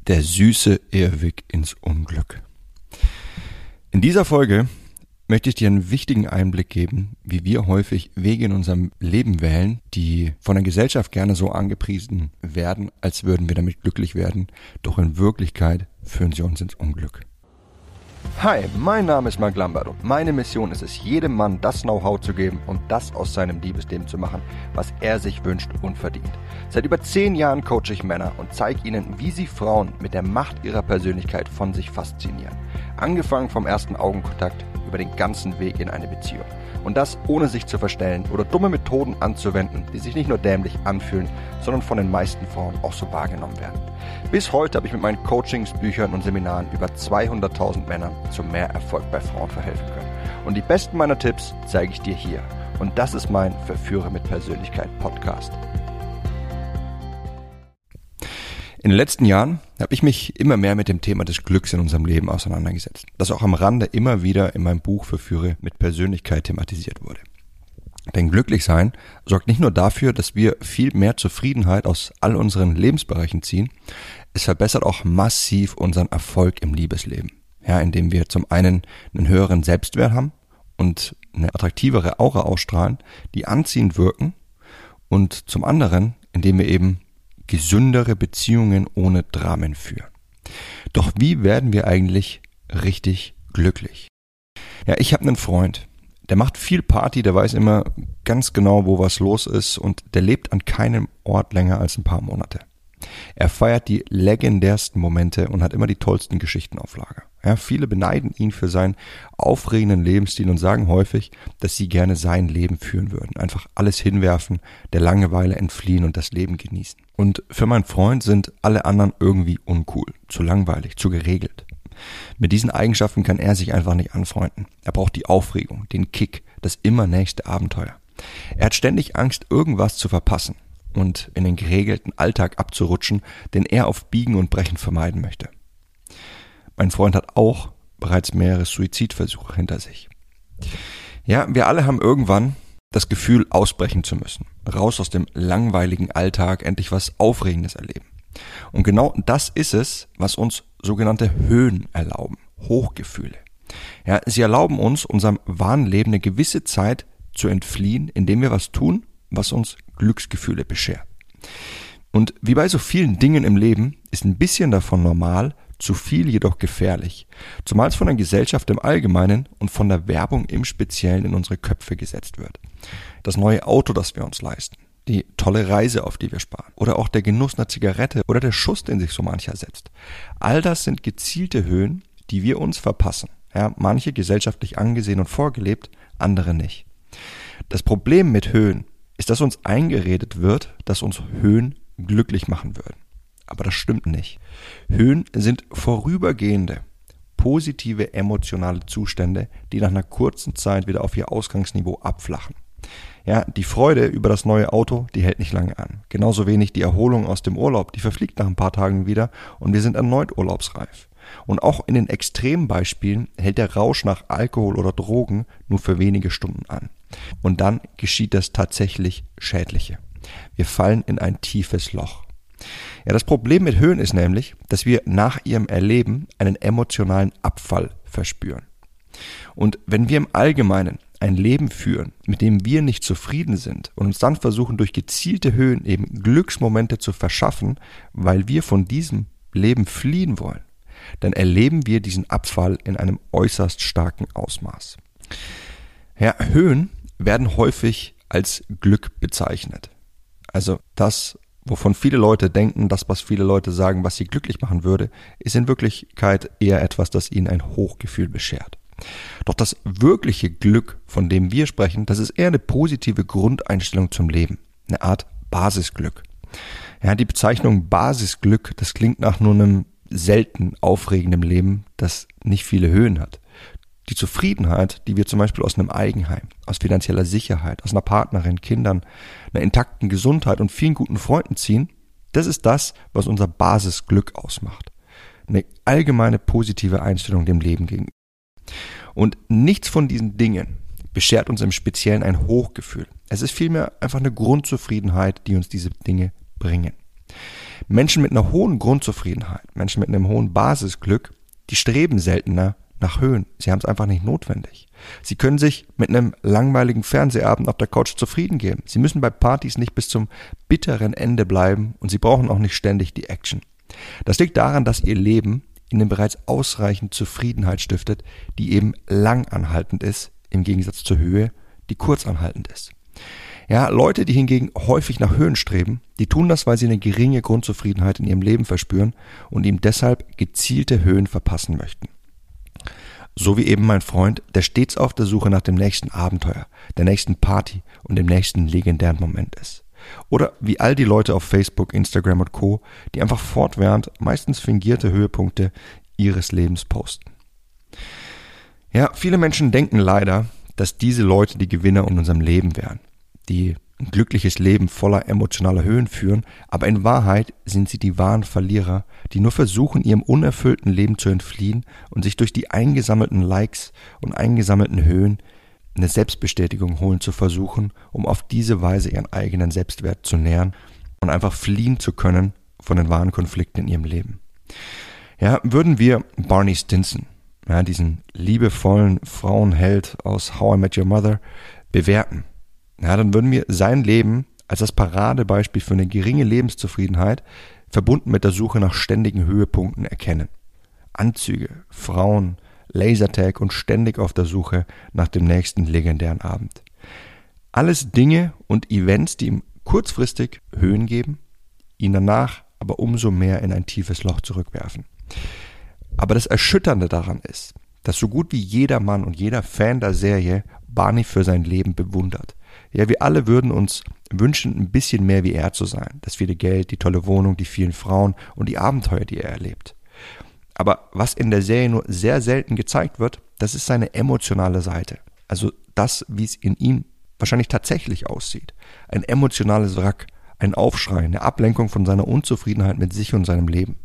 Der süße Irrweg ins Unglück. In dieser Folge möchte ich dir einen wichtigen Einblick geben, wie wir häufig Wege in unserem Leben wählen, die von der Gesellschaft gerne so angepriesen werden, als würden wir damit glücklich werden, doch in Wirklichkeit führen sie uns ins Unglück. Hi, mein Name ist Mark Lambert und meine Mission ist es, jedem Mann das Know-how zu geben und das aus seinem Liebesleben zu machen, was er sich wünscht und verdient. Seit über 10 Jahren coache ich Männer und zeige ihnen, wie sie Frauen mit der Macht ihrer Persönlichkeit von sich faszinieren. Angefangen vom ersten Augenkontakt über den ganzen Weg in eine Beziehung. Und das ohne sich zu verstellen oder dumme Methoden anzuwenden, die sich nicht nur dämlich anfühlen, sondern von den meisten Frauen auch so wahrgenommen werden. Bis heute habe ich mit meinen Coachings, Büchern und Seminaren über 200.000 Männern zu mehr Erfolg bei Frauen verhelfen können. Und die besten meiner Tipps zeige ich dir hier. Und das ist mein Verführer mit Persönlichkeit Podcast. In den letzten Jahren habe ich mich immer mehr mit dem Thema des Glücks in unserem Leben auseinandergesetzt, das auch am Rande immer wieder in meinem Buch Verführe mit Persönlichkeit thematisiert wurde. Denn Glücklichsein sorgt nicht nur dafür, dass wir viel mehr Zufriedenheit aus all unseren Lebensbereichen ziehen, es verbessert auch massiv unseren Erfolg im Liebesleben. Ja, indem wir zum einen einen höheren Selbstwert haben und eine attraktivere Aura ausstrahlen, die anziehend wirken, und zum anderen, indem wir eben gesündere Beziehungen ohne Dramen führen. Doch wie werden wir eigentlich richtig glücklich? Ja, ich habe einen Freund, der macht viel Party, der weiß immer ganz genau, wo was los ist, und der lebt an keinem Ort länger als ein paar Monate. Er feiert die legendärsten Momente und hat immer die tollsten Geschichten auf Lager. Ja, viele beneiden ihn für seinen aufregenden Lebensstil und sagen häufig, dass sie gerne sein Leben führen würden. Einfach alles hinwerfen, der Langeweile entfliehen und das Leben genießen. Und für meinen Freund sind alle anderen irgendwie uncool, zu langweilig, zu geregelt. Mit diesen Eigenschaften kann er sich einfach nicht anfreunden. Er braucht die Aufregung, den Kick, das immer nächste Abenteuer. Er hat ständig Angst, irgendwas zu verpassen und in den geregelten Alltag abzurutschen, den er auf Biegen und Brechen vermeiden möchte. Mein Freund hat auch bereits mehrere Suizidversuche hinter sich. Ja, wir alle haben irgendwann das Gefühl, ausbrechen zu müssen. Raus aus dem langweiligen Alltag, endlich was Aufregendes erleben. Und genau das ist es, was uns sogenannte Höhen erlauben, Hochgefühle. Ja, sie erlauben uns, unserem wahren Leben eine gewisse Zeit zu entfliehen, indem wir was tun, was uns Glücksgefühle beschert. Und wie bei so vielen Dingen im Leben ist ein bisschen davon normal, zu viel jedoch gefährlich, zumal es von der Gesellschaft im Allgemeinen und von der Werbung im Speziellen in unsere Köpfe gesetzt wird. Das neue Auto, das wir uns leisten, die tolle Reise, auf die wir sparen, oder auch der Genuss einer Zigarette oder der Schuss, den sich so mancher setzt. All das sind gezielte Höhen, die wir uns verpassen. Ja, manche gesellschaftlich angesehen und vorgelebt, andere nicht. Das Problem mit Höhen ist, dass uns eingeredet wird, dass uns Höhen glücklich machen würden. Aber das stimmt nicht. Höhen sind vorübergehende, positive emotionale Zustände, die nach einer kurzen Zeit wieder auf ihr Ausgangsniveau abflachen. Ja, die Freude über das neue Auto, die hält nicht lange an. Genauso wenig die Erholung aus dem Urlaub, die verfliegt nach ein paar Tagen wieder und wir sind erneut urlaubsreif. Und auch in den Extrembeispielen hält der Rausch nach Alkohol oder Drogen nur für wenige Stunden an. Und dann geschieht das tatsächlich Schädliche. Wir fallen in ein tiefes Loch. Ja, das Problem mit Höhen ist nämlich, dass wir nach ihrem Erleben einen emotionalen Abfall verspüren. Und wenn wir im Allgemeinen ein Leben führen, mit dem wir nicht zufrieden sind und uns dann versuchen, durch gezielte Höhen eben Glücksmomente zu verschaffen, weil wir von diesem Leben fliehen wollen, dann erleben wir diesen Abfall in einem äußerst starken Ausmaß. Ja, Höhen werden häufig als Glück bezeichnet. Also das, wovon viele Leute denken, das, was viele Leute sagen, was sie glücklich machen würde, ist in Wirklichkeit eher etwas, das ihnen ein Hochgefühl beschert. Doch das wirkliche Glück, von dem wir sprechen, das ist eher eine positive Grundeinstellung zum Leben, eine Art Basisglück. Ja, die Bezeichnung Basisglück, das klingt nach nur einem selten aufregenden Leben, das nicht viele Höhen hat. Die Zufriedenheit, die wir zum Beispiel aus einem Eigenheim, aus finanzieller Sicherheit, aus einer Partnerin, Kindern, einer intakten Gesundheit und vielen guten Freunden ziehen, das ist das, was unser Basisglück ausmacht. Eine allgemeine positive Einstellung dem Leben gegenüber. Und nichts von diesen Dingen beschert uns im Speziellen ein Hochgefühl. Es ist vielmehr einfach eine Grundzufriedenheit, die uns diese Dinge bringen. Menschen mit einer hohen Grundzufriedenheit, Menschen mit einem hohen Basisglück, die streben seltener nach Höhen. Sie haben es einfach nicht notwendig. Sie können sich mit einem langweiligen Fernsehabend auf der Couch zufrieden geben. Sie müssen bei Partys nicht bis zum bitteren Ende bleiben und sie brauchen auch nicht ständig die Action. Das liegt daran, dass ihr Leben ihnen bereits ausreichend Zufriedenheit stiftet, die eben langanhaltend ist, im Gegensatz zur Höhe, die kurzanhaltend ist. Ja, Leute, die hingegen häufig nach Höhen streben, die tun das, weil sie eine geringe Grundzufriedenheit in ihrem Leben verspüren und ihm deshalb gezielte Höhen verpassen möchten. So wie eben mein Freund, der stets auf der Suche nach dem nächsten Abenteuer, der nächsten Party und dem nächsten legendären Moment ist. Oder wie all die Leute auf Facebook, Instagram und Co., die einfach fortwährend meistens fingierte Höhepunkte ihres Lebens posten. Ja, viele Menschen denken leider, dass diese Leute die Gewinner in unserem Leben wären, die ein glückliches Leben voller emotionaler Höhen führen, aber in Wahrheit sind sie die wahren Verlierer, die nur versuchen, ihrem unerfüllten Leben zu entfliehen und sich durch die eingesammelten Likes und eingesammelten Höhen eine Selbstbestätigung holen zu versuchen, um auf diese Weise ihren eigenen Selbstwert zu nähern und einfach fliehen zu können von den wahren Konflikten in ihrem Leben. Ja, würden wir Barney Stinson, ja, diesen liebevollen Frauenheld aus How I Met Your Mother, bewerten, ja, dann würden wir sein Leben als das Paradebeispiel für eine geringe Lebenszufriedenheit verbunden mit der Suche nach ständigen Höhepunkten erkennen. Anzüge, Frauen, Lasertag und ständig auf der Suche nach dem nächsten legendären Abend. Alles Dinge und Events, die ihm kurzfristig Höhen geben, ihn danach aber umso mehr in ein tiefes Loch zurückwerfen. Aber das Erschütternde daran ist, dass so gut wie jeder Mann und jeder Fan der Serie Barney für sein Leben bewundert. Ja, wir alle würden uns wünschen, ein bisschen mehr wie er zu sein. Das viele Geld, die tolle Wohnung, die vielen Frauen und die Abenteuer, die er erlebt. Aber was in der Serie nur sehr selten gezeigt wird, das ist seine emotionale Seite. Also das, wie es in ihm wahrscheinlich tatsächlich aussieht. Ein emotionales Wrack, ein Aufschrei, eine Ablenkung von seiner Unzufriedenheit mit sich und seinem Leben.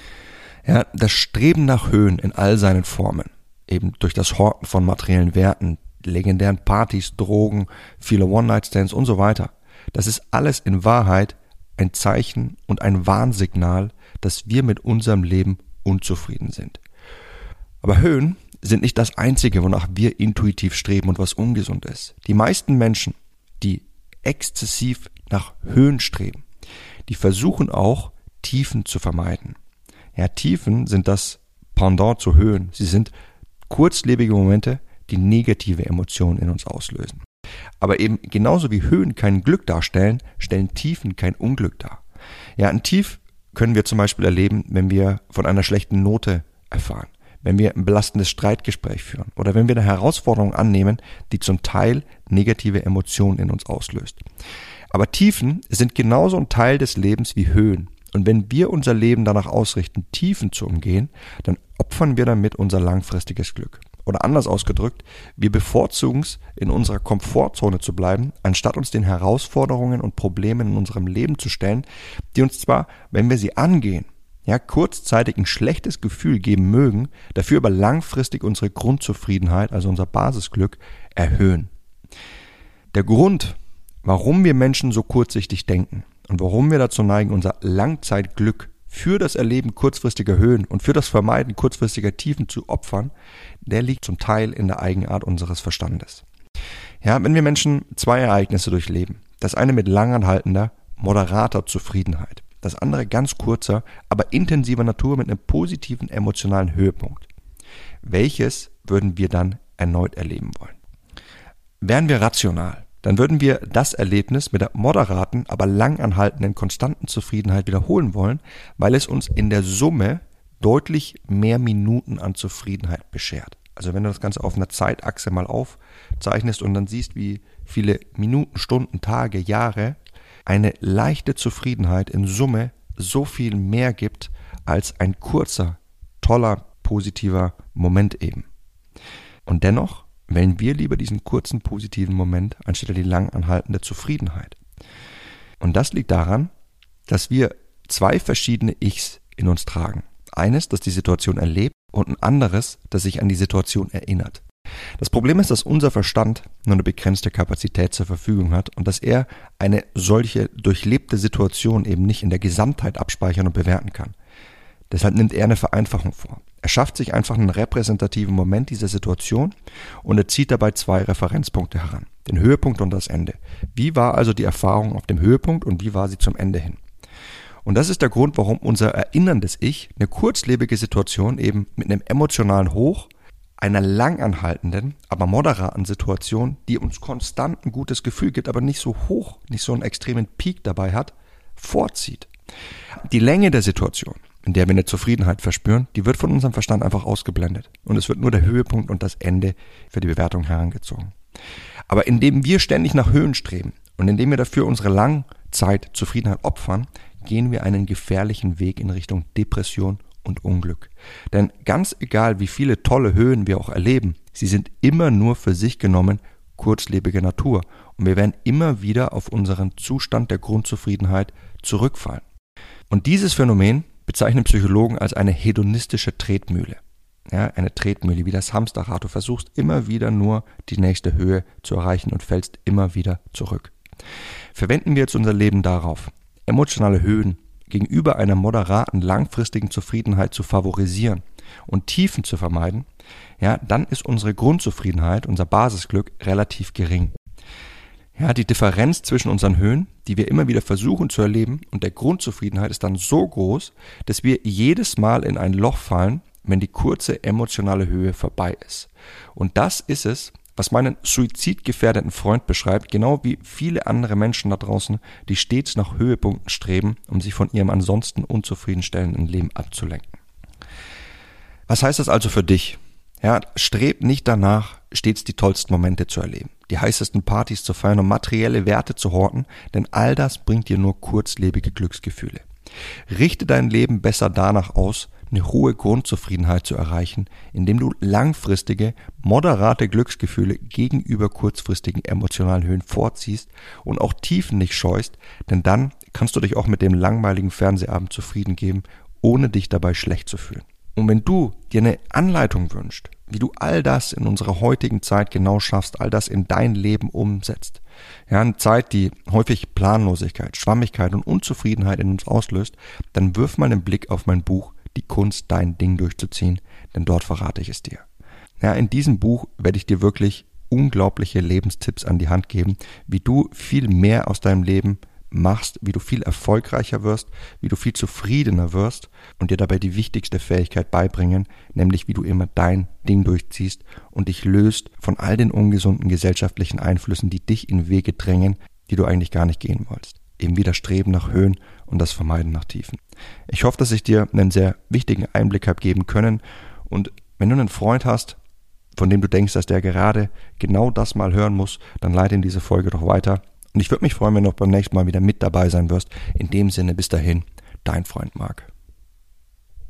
Ja, das Streben nach Höhen in all seinen Formen, eben durch das Horten von materiellen Werten, legendären Partys, Drogen, viele One-Night-Stands und so weiter. Das ist alles in Wahrheit ein Zeichen und ein Warnsignal, dass wir mit unserem Leben unzufrieden sind. Aber Höhen sind nicht das Einzige, wonach wir intuitiv streben und was ungesund ist. Die meisten Menschen, die exzessiv nach Höhen streben, die versuchen auch, Tiefen zu vermeiden. Ja, Tiefen sind das Pendant zu Höhen. Sie sind kurzlebige Momente, die negative Emotionen in uns auslösen. Aber eben genauso wie Höhen kein Glück darstellen, stellen Tiefen kein Unglück dar. Ja, ein Tief können wir zum Beispiel erleben, wenn wir von einer schlechten Note erfahren, wenn wir ein belastendes Streitgespräch führen oder wenn wir eine Herausforderung annehmen, die zum Teil negative Emotionen in uns auslöst. Aber Tiefen sind genauso ein Teil des Lebens wie Höhen. Und wenn wir unser Leben danach ausrichten, Tiefen zu umgehen, dann opfern wir damit unser langfristiges Glück. Oder anders ausgedrückt, wir bevorzugen es, in unserer Komfortzone zu bleiben, anstatt uns den Herausforderungen und Problemen in unserem Leben zu stellen, die uns zwar, wenn wir sie angehen, ja kurzzeitig ein schlechtes Gefühl geben mögen, dafür aber langfristig unsere Grundzufriedenheit, also unser Basisglück, erhöhen. Der Grund, warum wir Menschen so kurzsichtig denken und warum wir dazu neigen, unser Langzeitglück für das Erleben kurzfristiger Höhen und für das Vermeiden kurzfristiger Tiefen zu opfern, der liegt zum Teil in der Eigenart unseres Verstandes. Ja, wenn wir Menschen zwei Ereignisse durchleben, das eine mit langanhaltender, moderater Zufriedenheit, das andere ganz kurzer, aber intensiver Natur mit einem positiven emotionalen Höhepunkt. Welches würden wir dann erneut erleben wollen? Wären wir rational, dann würden wir das Erlebnis mit der moderaten, aber langanhaltenden, konstanten Zufriedenheit wiederholen wollen, weil es uns in der Summe deutlich mehr Minuten an Zufriedenheit beschert. Also wenn du das Ganze auf einer Zeitachse mal aufzeichnest und dann siehst, wie viele Minuten, Stunden, Tage, Jahre eine leichte Zufriedenheit in Summe so viel mehr gibt als ein kurzer, toller, positiver Moment eben. Und dennoch wählen wir lieber diesen kurzen positiven Moment anstelle die lang anhaltende Zufriedenheit. Und das liegt daran, dass wir zwei verschiedene Ichs in uns tragen. Eines, das die Situation erlebt und ein anderes, das sich an die Situation erinnert. Das Problem ist, dass unser Verstand nur eine begrenzte Kapazität zur Verfügung hat und dass er eine solche durchlebte Situation eben nicht in der Gesamtheit abspeichern und bewerten kann. Deshalb nimmt er eine Vereinfachung vor. Er schafft sich einfach einen repräsentativen Moment dieser Situation und er zieht dabei 2 Referenzpunkte heran. Den Höhepunkt und das Ende. Wie war also die Erfahrung auf dem Höhepunkt und wie war sie zum Ende hin? Und das ist der Grund, warum unser erinnerndes Ich eine kurzlebige Situation eben mit einem emotionalen Hoch, einer langanhaltenden, aber moderaten Situation, die uns konstant ein gutes Gefühl gibt, aber nicht so hoch, nicht so einen extremen Peak dabei hat, vorzieht. Die Länge der Situation, in der wir eine Zufriedenheit verspüren, die wird von unserem Verstand einfach ausgeblendet. Und es wird nur der Höhepunkt und das Ende für die Bewertung herangezogen. Aber indem wir ständig nach Höhen streben und indem wir dafür unsere Langzeit-Zufriedenheit opfern, gehen wir einen gefährlichen Weg in Richtung Depression und Unglück. Denn ganz egal, wie viele tolle Höhen wir auch erleben, sie sind immer nur für sich genommen kurzlebige Natur. Und wir werden immer wieder auf unseren Zustand der Grundzufriedenheit zurückfallen. Und dieses Phänomen bezeichnen Psychologen als eine hedonistische Tretmühle. Ja, eine Tretmühle wie das Hamsterrad. Du versuchst immer wieder nur die nächste Höhe zu erreichen und fällst immer wieder zurück. Verwenden wir jetzt unser Leben darauf, emotionale Höhen gegenüber einer moderaten, langfristigen Zufriedenheit zu favorisieren und Tiefen zu vermeiden, ja, dann ist unsere Grundzufriedenheit, unser Basisglück relativ gering. Ja, die Differenz zwischen unseren Höhen, die wir immer wieder versuchen zu erleben, und der Grundzufriedenheit ist dann so groß, dass wir jedes Mal in ein Loch fallen, wenn die kurze emotionale Höhe vorbei ist. Und das ist es, was meinen suizidgefährdeten Freund beschreibt, genau wie viele andere Menschen da draußen, die stets nach Höhepunkten streben, um sich von ihrem ansonsten unzufriedenstellenden Leben abzulenken. Was heißt das also für dich? Ja, streb nicht danach, stets die tollsten Momente zu erleben, die heißesten Partys zu feiern und materielle Werte zu horten, denn all das bringt dir nur kurzlebige Glücksgefühle. Richte dein Leben besser danach aus, eine hohe Grundzufriedenheit zu erreichen, indem du langfristige, moderate Glücksgefühle gegenüber kurzfristigen emotionalen Höhen vorziehst und auch Tiefen nicht scheust, denn dann kannst du dich auch mit dem langweiligen Fernsehabend zufrieden geben, ohne dich dabei schlecht zu fühlen. Und wenn du dir eine Anleitung wünschst, wie du all das in unserer heutigen Zeit genau schaffst, all das in dein Leben umsetzt, ja, eine Zeit, die häufig Planlosigkeit, Schwammigkeit und Unzufriedenheit in uns auslöst, dann wirf mal einen Blick auf mein Buch Die Kunst, dein Ding durchzuziehen, denn dort verrate ich es dir. Ja, in diesem Buch werde ich dir wirklich unglaubliche Lebenstipps an die Hand geben, wie du viel mehr aus deinem Leben machst, wie du viel erfolgreicher wirst, wie du viel zufriedener wirst und dir dabei die wichtigste Fähigkeit beibringen, nämlich wie du immer dein Ding durchziehst und dich löst von all den ungesunden gesellschaftlichen Einflüssen, die dich in Wege drängen, die du eigentlich gar nicht gehen wolltest. Eben wieder Streben nach Höhen und das Vermeiden nach Tiefen. Ich hoffe, dass ich dir einen sehr wichtigen Einblick habe geben können und wenn du einen Freund hast, von dem du denkst, dass der gerade genau das mal hören muss, dann leite ihm diese Folge doch weiter. Und ich würde mich freuen, wenn du auch beim nächsten Mal wieder mit dabei sein wirst. In dem Sinne, bis dahin, dein Freund Marc.